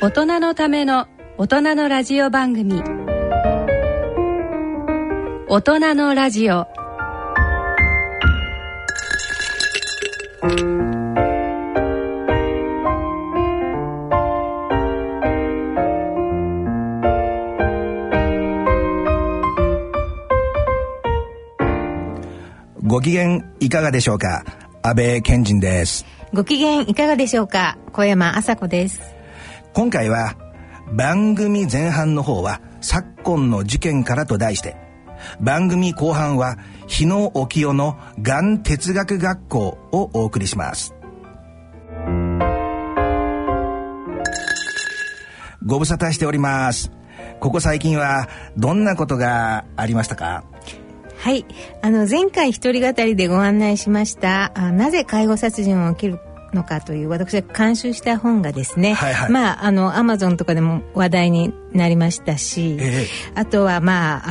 大人のための大人のラジオ番組、大人のラジオ。 ご機嫌いかがでしょうか。安倍賢人です。 ご機嫌いかがでしょうか。小山麻子です。 今回は番組前半の方は昨今の事件からと題して、番組後半は日野沖代のがん哲学学校をお送りします。ご無沙汰しております。ここ最近はどんなことがありましたか？ はい、前回一人語りでご案内しましたなぜ介護殺人は起きるのかという私が監修した本がですね、Amazon とかでも話題になりましたし、あとは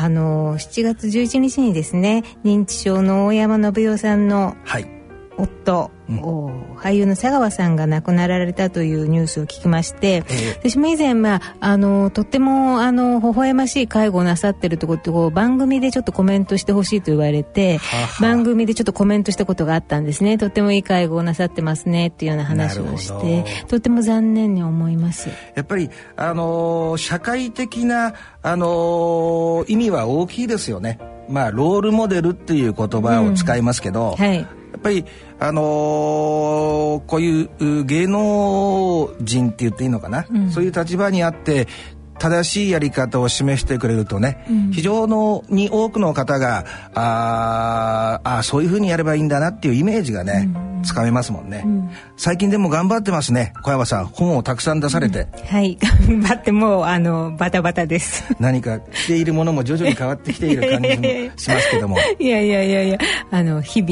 7月11日にですね、認知症の大山信代さんの夫、俳優の佐川さんが亡くなられたというニュースを聞きまして、私も以前、とっても微笑ましい介護をなさってるところを番組でちょっとコメントしてほしいと言われて、番組でちょっとコメントしたことがあったんですね。とってもいい介護をなさってますねっていうような話をして、とても残念に思います。 やっぱり社会的な意味は大きいですよね。ロールモデルっていう言葉を使いますけど、やっぱりこういう芸能人って言っていいのかな、そういう立場にあって正しいやり方を示してくれるとね、非常に多くの方がそういうふうにやればいいんだなっていうイメージがね、つかめますもんね。最近でも頑張ってますね、小山さん。本をたくさん出されて、 はい、頑張ってもうバタバタです。 何か着ているものも徐々に変わってきている感じもしますけどもいや日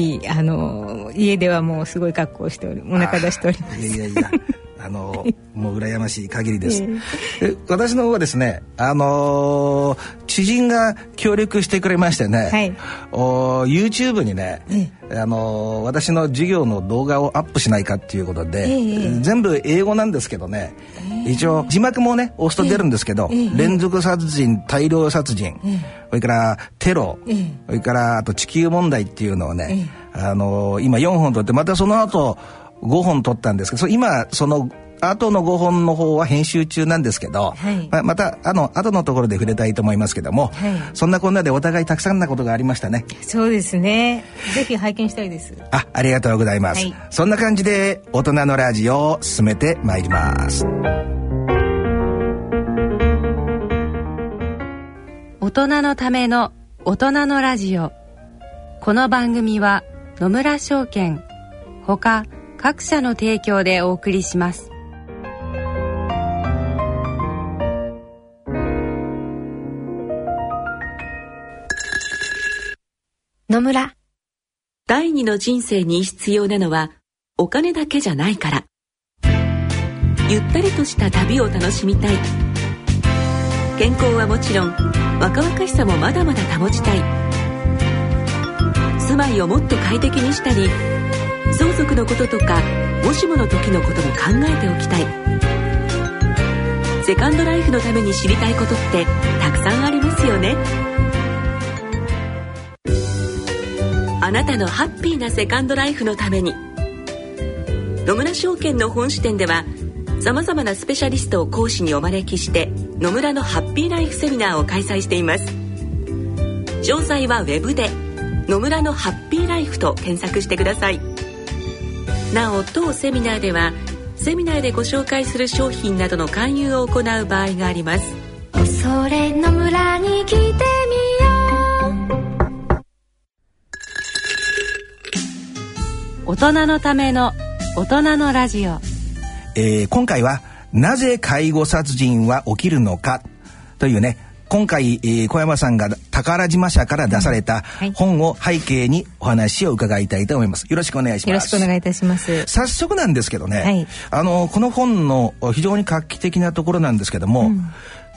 々家ではもうすごい格好をしてお腹出しております。 もう羨ましい限りです。私の方はですね、知人が協力してくれましてね、YouTube にね、私の授業の動画をアップしないかっていうことで、全部英語なんですけどね、一応字幕もね押すと出るんですけど、連続殺人、大量殺人、それからテロ、それからあと地球問題っていうのをね、今4本撮って、またその後5本撮ったんですけど、今その後の5本の方は編集中なんですけど、また後のところで触れたいと思いますけども、そんなこんなでお互いたくさんなことがありましたね。 そうですね、ぜひ拝見したいです。 ありがとうございます、そんな感じで大人のラジオを進めてまいります。 大人のための大人のラジオ。この番組は野村証券ほか各社の提供でお送りします。 野村。第二の人生に必要なのはお金だけじゃないから。ゆったりとした旅を楽しみたい。健康はもちろん若々しさもまだまだ保ちたい。住まいをもっと快適にしたり、相続のこととかもしもの時のことも考えておきたい。セカンドライフのために知りたいことってたくさんありますよね。あなたのハッピーなセカンドライフのために、野村証券の本支店ではさまざまなスペシャリストを講師にお招きして野村のハッピーライフセミナーを開催しています。詳細はウェブで野村のハッピーライフと検索してください。なお当セミナーではセミナーでご紹介する商品などの勧誘を行う場合があります。 それ野村に来てみよう。 大人のための大人のラジオ。 今回はなぜ介護殺人は起きるのかというね、今回、小山さんが宝島社から出された本を背景にお話を伺いたいと思います。よろしくお願いします。 よろしくお願いいたします。 早速なんですけどね、この本の非常に画期的なところなんですけども、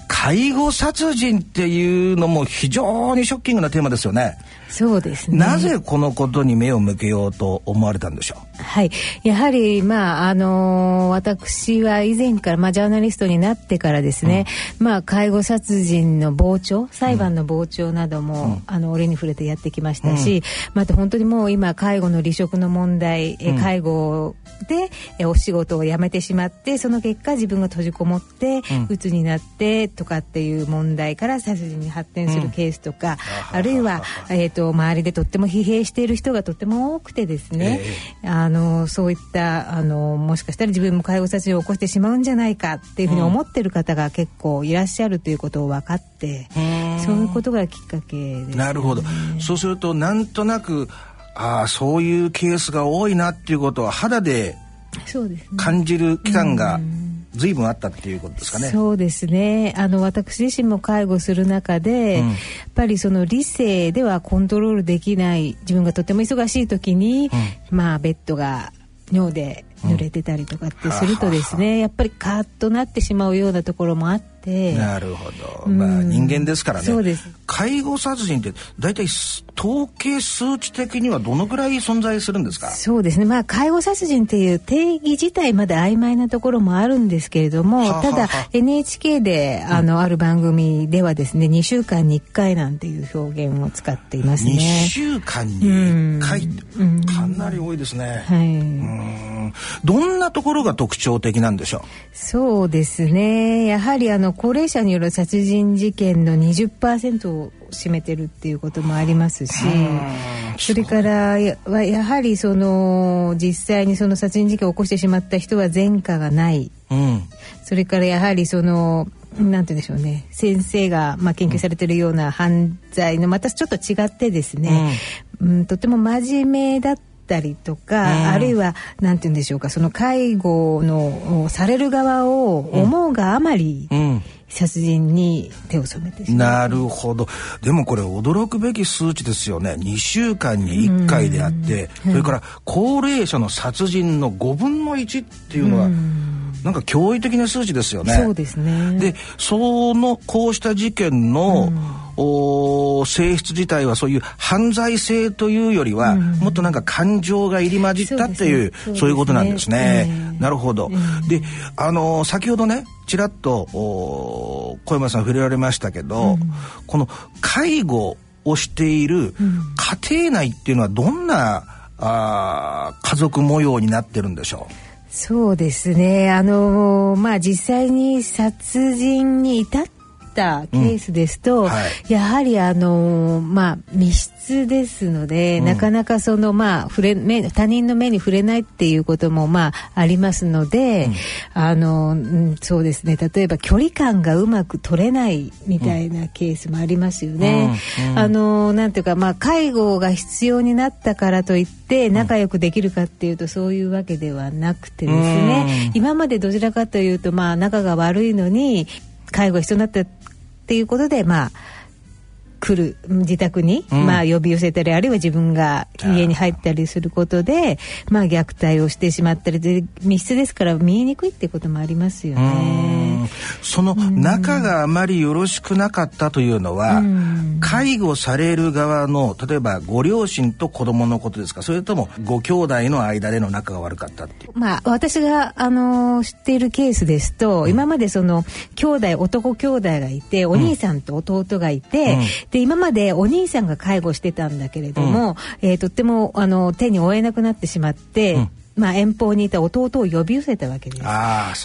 介護殺人っていうのも非常にショッキングなテーマですよね。 そうですね。 なぜこのことに目を向けようと思われたんでしょう。 はい、やはり私は以前から、ジャーナリストになってからですね、介護殺人の傍聴、裁判の傍聴なども、折に触れてやってきましたし、また本当にもう今介護の離職の問題、介護でお仕事を辞めてしまって、その結果自分が閉じこもって鬱になってとかっていう問題から殺人に発展するケースとか、あるいは周りでとっても疲弊している人がとっても多くてですね、そういったもしかしたら自分も介護殺人を起こしてしまうんじゃないかっていうふうに思っている方が結構いらっしゃるということを分かって、そういうことがきっかけですね。 なるほど。そうするとなんとなくそういうケースが多いなっていうことは肌で感じる期間が随分あったっていうことですかね。 そうですね。私自身も介護する中で、やっぱりその理性ではコントロールできない自分がとても忙しい時に、ベッドが尿で濡れてたりとかってするとですね、やっぱりカーッとなってしまうようなところもあって。 なるほど。人間ですからね。 そうです。 介護殺人って大体統計数値的にはどのくらい存在するんですか？ そうですね。介護殺人っていう定義自体まだ曖昧なところもあるんですけれども、ただ NHK である番組ではですね、2週間に1回なんていう表現を使っていますね。 2週間に1回ってかなり多いですね。どんなところが特徴的なんでしょう？ そうですね。やはり高齢者による殺人事件の 20% を占めてるっていうこともありますし、それからやはり実際にその殺人事件を起こしてしまった人は前科がない、それからやはりなんて言うんでしょうね、先生が研究されているような犯罪のまたちょっと違ってですね、とても真面目だったりとか、あるいはなんて言うんでしょうか、その介護のされる側を思うがあまり、殺人に手を染めてしまう。 なるほど。でもこれ驚くべき数値ですよね。2週間に1回であって、それから高齢者の殺人の5分の1っていうのは、なんか驚異的な数値ですよね。 そうですね。 で、こうした事件の、性質自体はそういう犯罪性というよりは、もっとなんか感情が入り混じったっていう、そういうことなんですね。なるほど。で、先ほどね、ちらっと小山さん触れられましたけど、この介護をしている家庭内っていうのはどんな家族模様になってるんでしょう？ そうですね。実際に殺人に至ったケースですと、やはり密室ですので、なかなか他人の目に触れないっていうこともありますので、そうですね、例えば距離感がうまく取れないみたいなケースもありますよね。なんていうか、介護が必要になったからといって仲良くできるかっていうと、そういうわけではなくてですね、今までどちらかというと仲が悪いのに介護が必要になったっていうことで来る自宅に、呼び寄せたり、あるいは自分が家に入ったりすることで虐待をしてしまったりで、密室ですから見えにくいっていうこともありますよね。 その仲があまりよろしくなかったというのは、介護される側の例えばご両親と子供のことですか、それともご兄弟の間での仲が悪かったっていう？ 私が知っているケースですと、今まで男兄弟がいて、お兄さんと弟がいて、で今までお兄さんが介護してたんだけれども、とっても手に負えなくなってしまって、遠方にいた弟を呼び寄せたわけです。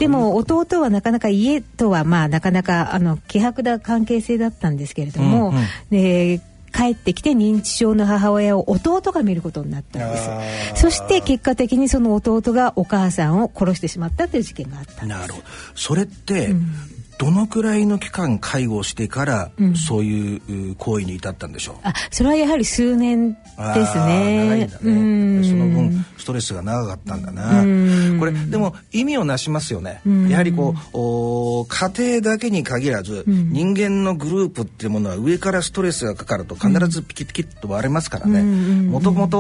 でも弟はなかなか家とはなかなか希薄な関係性だったんですけれども、帰ってきて認知症の母親を弟が見ることになったんです。そして結果的にその弟がお母さんを殺してしまったという事件があったんです。 なるほど。それって、どのくらいの期間介護してから、そういう行為に至ったんでしょう？ それはやはり数年ですね。 長いんだね。その分ストレスが長かったんだな。これでも意味をなしますよね。やはり家庭だけに限らず、人間のグループっていうものは上からストレスがかかると必ずピキピキッと割れますからね。もともと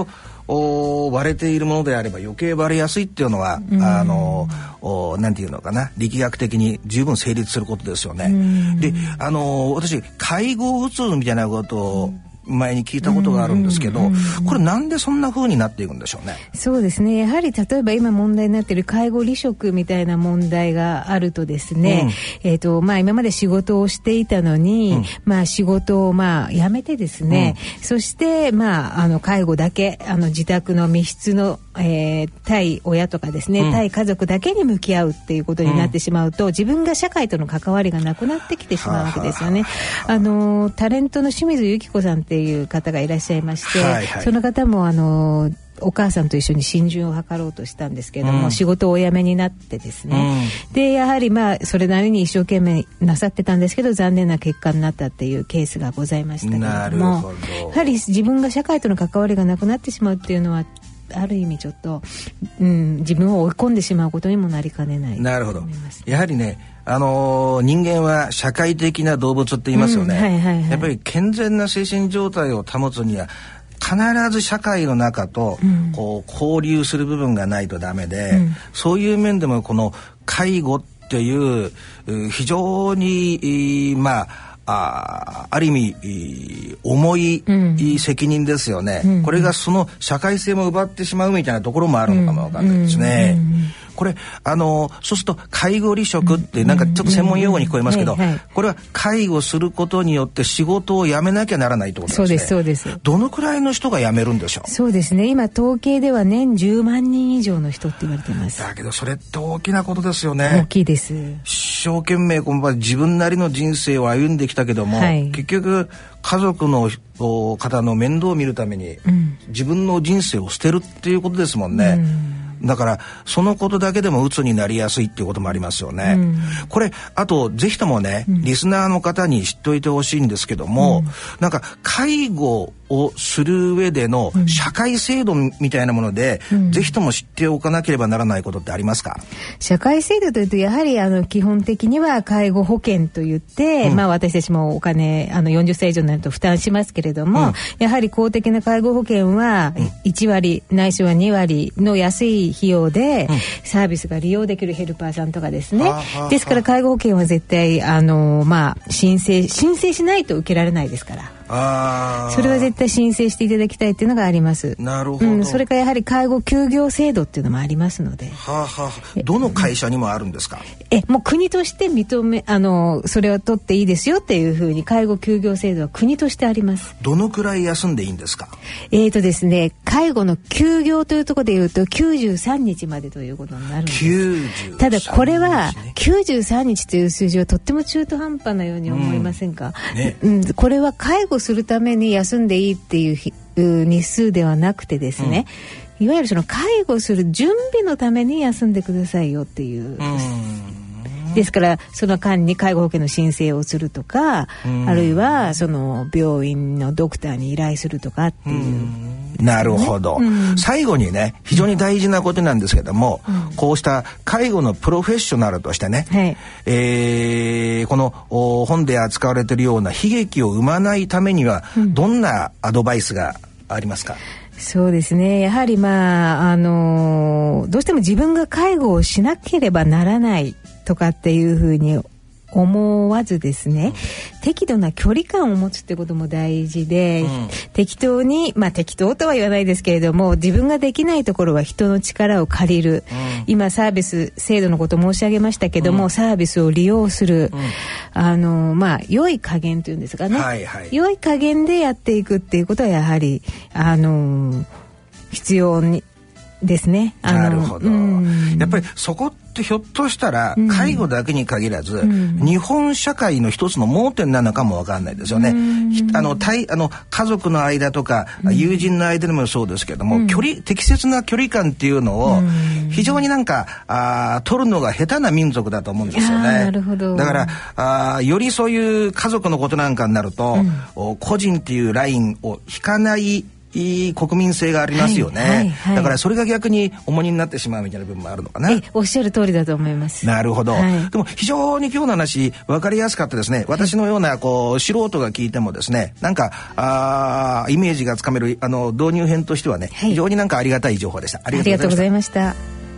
割れているものであれば余計割れやすいっていうのは、なんていうのかな、力学的に十分成立することですよね。で、私介護うつみたいなことを前に聞いたことがあるんですけど、これなんでそんな風になっていくんでしょうね。 そうですね、やはり例えば今問題になっている介護離職みたいな問題があるとですね、今まで仕事をしていたのに、仕事を辞めてですね、そして介護だけ自宅の密室の対親とかですね、対家族だけに向き合うっていうことになってしまうと、自分が社会との関わりがなくなってきてしまうわけですよね。タレントの清水由紀子さんっていう方がいらっしゃいまして、その方もお母さんと一緒に心中を図ろうとしたんですけれども、仕事をお辞めになってですね、でやはりそれなりに一生懸命なさってたんですけど、残念な結果になったっていうケースがございましたけれども、やはり自分が社会との関わりがなくなってしまうっていうのは、ある意味ちょっと、自分を追い込んでしまうことにもなりかねない。 なるほど。やはりね、人間は社会的な動物って言いますよね。やっぱり健全な精神状態を保つには必ず社会の中と交流する部分がないとダメで、そういう面でもこの介護っていう非常にある意味重い責任ですよね。これがその社会性も奪ってしまうみたいなところもあるのかもわかんないですね。これそうすると介護離職ってなんかちょっと専門用語に聞こえますけど、これは介護することによって仕事を辞めなきゃならないってことですね。 そうです。どのくらいの人が辞めるんでしょう。そうですね、今統計では年10万人以上の人って言われてます。 だけどそれって大きなことですよね。 大きいです。 一生懸命自分なりの人生を歩んできたけども、結局家族の方の面倒を見るために、自分の人生を捨てるっていうことですもんね。だからそのことだけでも鬱になりやすいっていうこともありますよね。これあとぜひともね、リスナーの方に知っておいてほしいんですけども、なんか介護をする上での社会制度みたいなもので、ぜひとも知っておかなければならないことってありますか？ 社会制度というとやはり基本的には介護保険といって、私たちもお金40歳以上になると負担しますけれども、やはり公的な介護保険は1割ないしは2割の安い費用でサービスが利用できるヘルパーさんとかですね。ですから介護保険は絶対申請しないと受けられないですから。それは絶対申請していただきたいっていうのがあります。 なるほど。 それからやはり介護休業制度っていうのもありますので。 どの会社にもあるんですか？ もう国として認めそれを取っていいですよっていうふうに介護休業制度は国としてあります。 どのくらい休んでいいんですか？ ですね、介護の休業というところでいうと93日までということになるんです。ただこれは93日という数字はとっても中途半端なように思いませんか？これは介護するために休んでいいっていう日数ではなくてですね、いわゆるその介護する準備のために休んでくださいよっていう。ですからその間に介護保険の申請をするとか、あるいはその病院のドクターに依頼するとかっていう。 なるほど。最後にね、非常に大事なことなんですけども、こうした介護のプロフェッショナルとしてね、この本で扱われているような悲劇を生まないためには、どんなアドバイスがありますか？ そうですね、やはりどうしても自分が介護をしなければならないとかっていうふうに思わずですね、適度な距離感を持つってことも大事で、適当に適当とは言わないですけれども、自分ができないところは人の力を借りる、今サービス制度のこと申し上げましたけども、サービスを利用する、良い加減というんですかね、良い加減でやっていくっていうことはやはり必要にですね。 なるほど。やっぱりそこってひょっとしたら介護だけに限らず、日本社会の一つの盲点なのかもわかんないですよね。家族の間とか、友人の間でもそうですけども、適切な距離感っていうのを非常に取るのが下手な民族だと思うんですよね。 なるほど。 だからよりそういう家族のことなんかになると、個人っていうラインを引かない国民性がありますよね、はいはいはい、だからそれが逆に重荷になってしまうみたいな部分もあるのかな。 おっしゃる通りだと思います。 なるほど、はい、でも非常に今日の話分かりやすかったですね。私のような素人が聞いてもですね、なんかイメージがつかめる導入編としてはね、はい、非常になんかありがたい情報でした。 ありがとうございました。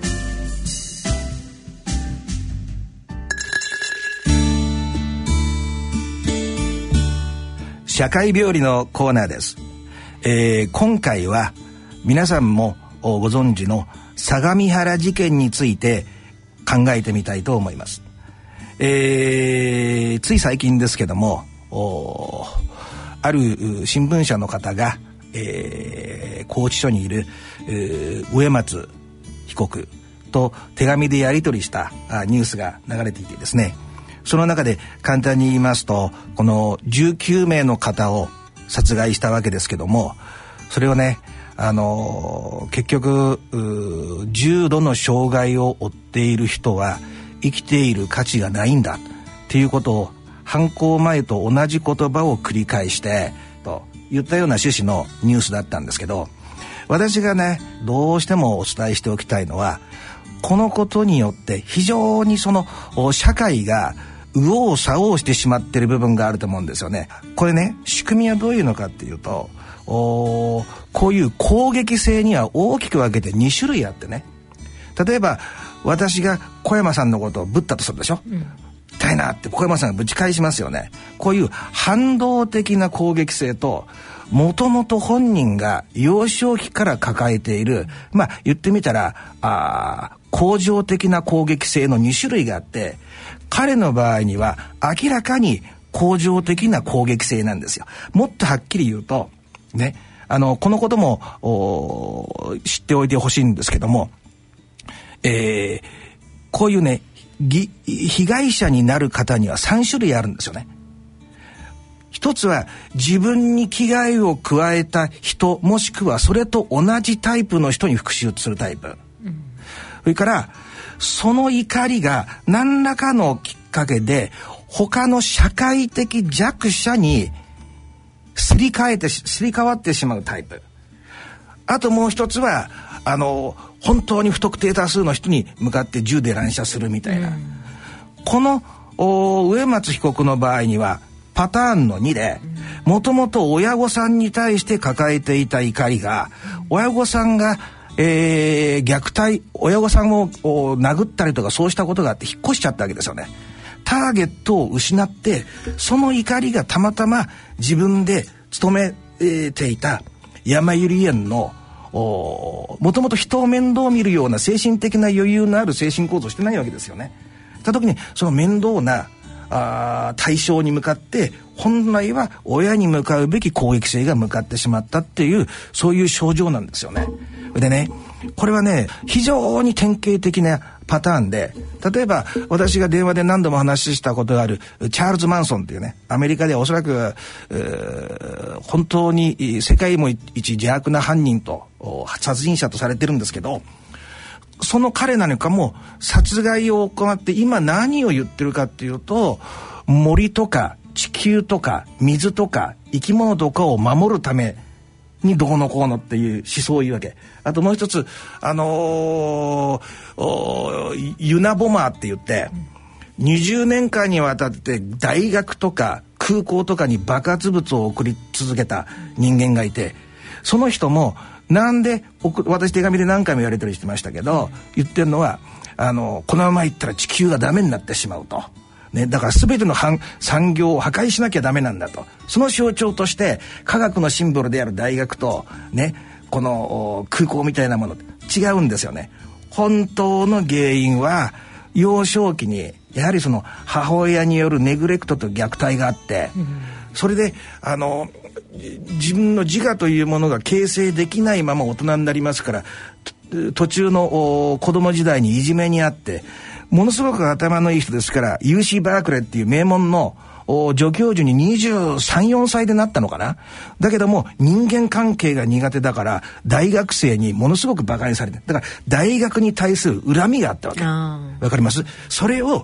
社会病理のコーナーです。今回は皆さんもご存知の相模原事件について考えてみたいと思います。つい最近ですけども、ある新聞社の方が、拘置所にいる植松被告と手紙でやり取りしたニュースが流れていてですね、その中で簡単に言いますと、この19名の方を殺害したわけですけども、それをね、結局重度の障害を負っている人は生きている価値がないんだっていうことを犯行前と同じ言葉を繰り返してと言ったような趣旨のニュースだったんですけど、私がねどうしてもお伝えしておきたいのは、このことによって非常にその社会が右往左往してしまっている部分があると思うんですよね。これね、仕組みはどういうのかっていうと、こういう攻撃性には大きく分けて2種類あってね、例えば私が小山さんのことをぶったとするでしょ、痛いなって小山さんがぶち返しますよね。こういう反動的な攻撃性と、もともと本人が幼少期から抱えている、言ってみたら恒常的な攻撃性の2種類があって、彼の場合には明らかに恒常的な攻撃性なんですよ。もっとはっきり言うとね、このことも知っておいてほしいんですけども、こういうね被害者になる方には3種類あるんですよね。一つは自分に危害を加えた人、もしくはそれと同じタイプの人に復讐するタイプ、それからその怒りが何らかのきっかけで他の社会的弱者にすり替わってしまうタイプ。あともう一つは本当に不特定多数の人に向かって銃で乱射するみたいな、この植松被告の場合にはパターンの2で、もともと親御さんに対して抱えていた怒りが、親御さんが虐待、親御さんを殴ったりとかそうしたことがあって引っ越しちゃったわけですよね。ターゲットを失って、その怒りがたまたま自分で勤めていた山百合園のもともと人を面倒見るような精神的な余裕のある精神構造をしてないわけですよね。た時にその面倒な対象に向かって本来は親に向かうべき攻撃性が向かってしまったっていう、そういう症状なんですよね。でね、これはね非常に典型的なパターンで、例えば私が電話で何度も話したことがあるチャールズ・マンソンっていうね、アメリカではおそらく本当に世界も一邪悪な犯人と殺人者とされてるんですけど、その彼なんかも殺害を行って、今何を言ってるかっていうと、森とか地球とか水とか生き物とかを守るためにどうのこうのっていう思想を言うわけ。あともう一つユナボマーって言って、20年間にわたって大学とか空港とかに爆発物を送り続けた人間がいて、その人もなんで私手紙で何回もやり取りしてましたけど、言ってるのはこのままいったら地球がダメになってしまうと、ね、だから全ての産業を破壊しなきゃダメなんだと。その象徴として科学のシンボルである大学とね、この空港みたいなもの違うんですよね。本当の原因は幼少期にやはりその母親によるネグレクトと虐待があって、それで自分の自我というものが形成できないまま大人になりますから、途中の子供時代にいじめにあって、ものすごく頭のいい人ですから UC バークレーっていう名門の助教授に23、4歳でなったのかな。だけども人間関係が苦手だから大学生にものすごく馬鹿にされて、だから大学に対する恨みがあったわけ。わかります？それを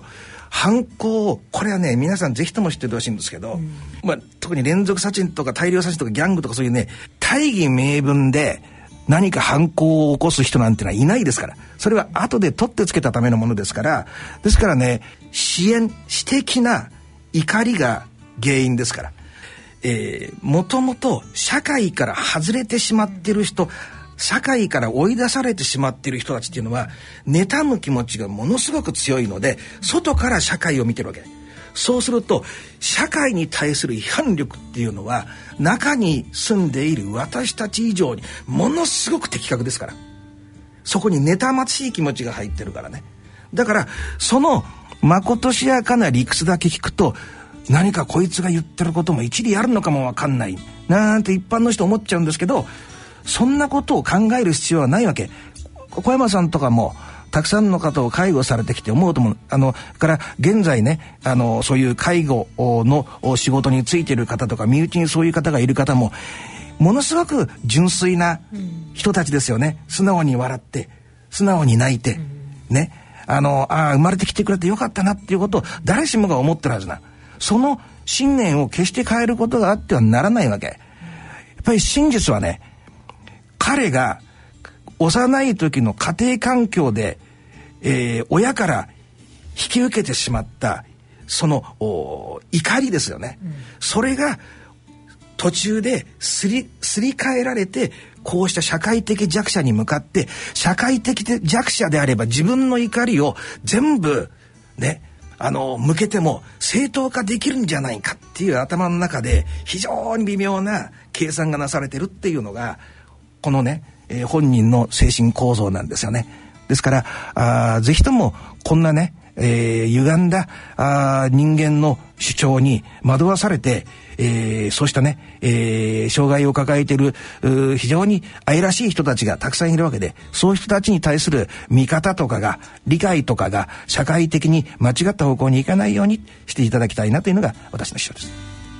犯行、これはね皆さんぜひとも知っててほしいんですけど、特に連続殺人とか大量殺人とかギャングとかそういうね大義名分で何か犯行を起こす人なんてのはいないですから、それは後で取ってつけたためのものですから、ですからね私的な怒りが原因ですから、もともと社会から外れてしまっている人、社会から追い出されてしまっている人たちっていうのは妬む気持ちがものすごく強いので、外から社会を見てるわけ。そうすると社会に対する批判力っていうのは中に住んでいる私たち以上にものすごく的確ですから、そこに妬ましい気持ちが入ってるからね。だからそのまことしやかな理屈だけ聞くと、何かこいつが言ってることも一理あるのかもわかんないなんて一般の人思っちゃうんですけど、そんなことを考える必要はないわけ。小山さんとかもたくさんの方を介護されてきて思うと思う。から現在ねそういう介護の仕事についている方とか身内にそういう方がいる方もものすごく純粋な人たちですよね。素直に笑って素直に泣いて、ね、生まれてきてくれてよかったなっていうことを誰しもが思ってるはずな。その信念を決して変えることがあってはならないわけ。やっぱり真実はね、彼が幼い時の家庭環境で、親から引き受けてしまったその怒りですよね、それが途中ですり替えられて、こうした社会的弱者に向かって社会的弱者であれば自分の怒りを全部ね向けても正当化できるんじゃないかっていう頭の中で非常に微妙な計算がなされてるっていうのがこのね、本人の精神構造なんですよね。ですからぜひともこんなね、歪んだ人間の主張に惑わされて、そうしたね、障害を抱えている非常に愛らしい人たちがたくさんいるわけで、そういう人たちに対する見方とかが理解とかが社会的に間違った方向に行かないようにしていただきたいなというのが私の主張です。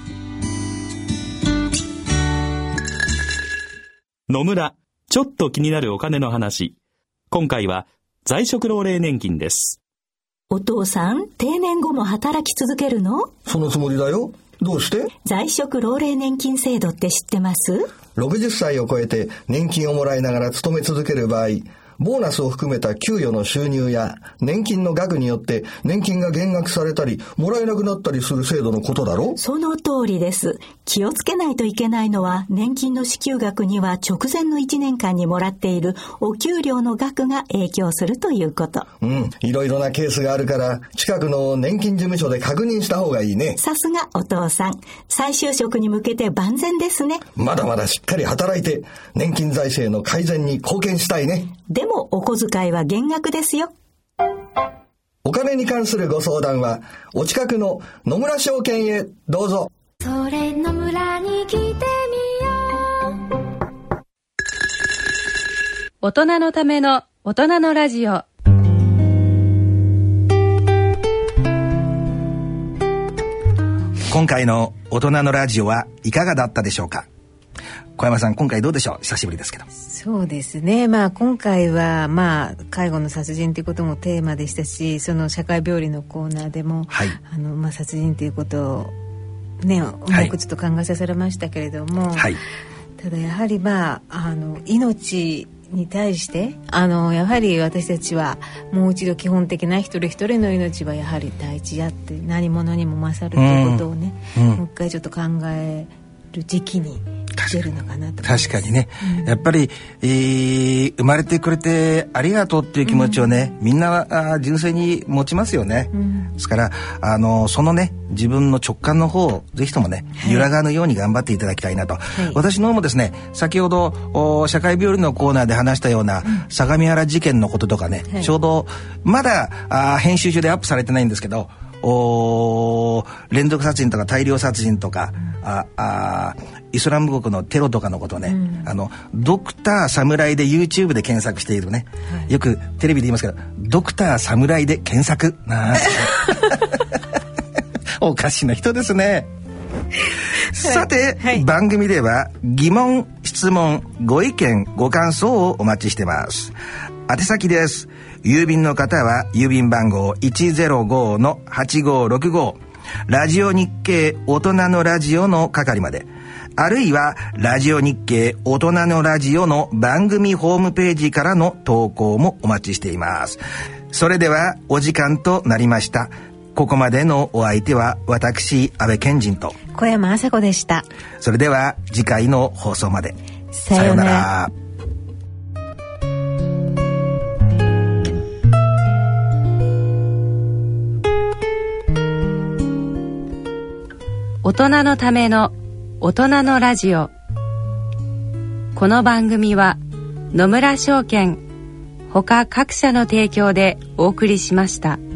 野村、ちょっと気になるお金の話。今回は在職老齢年金です。 お父さん、定年後も働き続けるの？ そのつもりだよ。どうして？ 在職老齢年金制度って知ってます？ 60 歳を超えて年金をもらいながら勤め続ける場合、ボーナスを含めた給与の収入や年金の額によって年金が減額されたりもらえなくなったりする制度のことだろ？ その通りです。気をつけないといけないのは、年金の支給額には直前の1年間にもらっているお給料の額が影響するということ。 いろいろなケースがあるから近くの年金事務所で確認した方がいいね。 さすがお父さん、再就職に向けて万全ですね。 まだまだしっかり働いて年金財政の改善に貢献したいね。 でもお小遣いは減額ですよ。 お金に関するご相談はお近くの野村証券へどうぞ。 それ野村に来てみよう。 大人のための大人のラジオ。 今回の大人のラジオはいかがだったでしょうか。小山さん、今回どうでしょう。久しぶりですけど。 そうですね、今回は介護の殺人ということもテーマでしたし、その社会病理のコーナーでも、殺人ということをね重くちょっと考えさせられましたけれども、ただやはり命に対してやはり私たちはもう一度基本的な一人一人の命はやはり大事やって、何者にも勝るということをね、もう一回ちょっと考える時期に出るのかなと思います。 確かにね、やっぱり、生まれてくれてありがとうっていう気持ちをね、みんなは純粋に持ちますよね、ですからそのね自分の直感の方をぜひともね、揺らがぬように頑張っていただきたいなと、私の方もですね、先ほど社会病理のコーナーで話したような相模原事件のこととかね、ちょうどまだ編集中でアップされてないんですけど、連続殺人とか大量殺人とか、イスラム国のテロとかのことをね、ドクター侍で YouTube で検索しているね、よくテレビで言いますけど、ドクター侍で検索おかしな人ですね。さて、番組では疑問、質問、ご意見、ご感想をお待ちしてます。 宛先です。郵便の方は郵便番号 105-8565 ラジオ日経大人のラジオの係まで、あるいはラジオ日経大人のラジオの番組ホームページからの投稿もお待ちしています。それではお時間となりました。ここまでのお相手は私安倍賢人と小山麻子でした。 それでは次回の放送まで。 さようなら。 大人のための大人のラジオ。この番組は野村証券ほか各社の提供でお送りしました。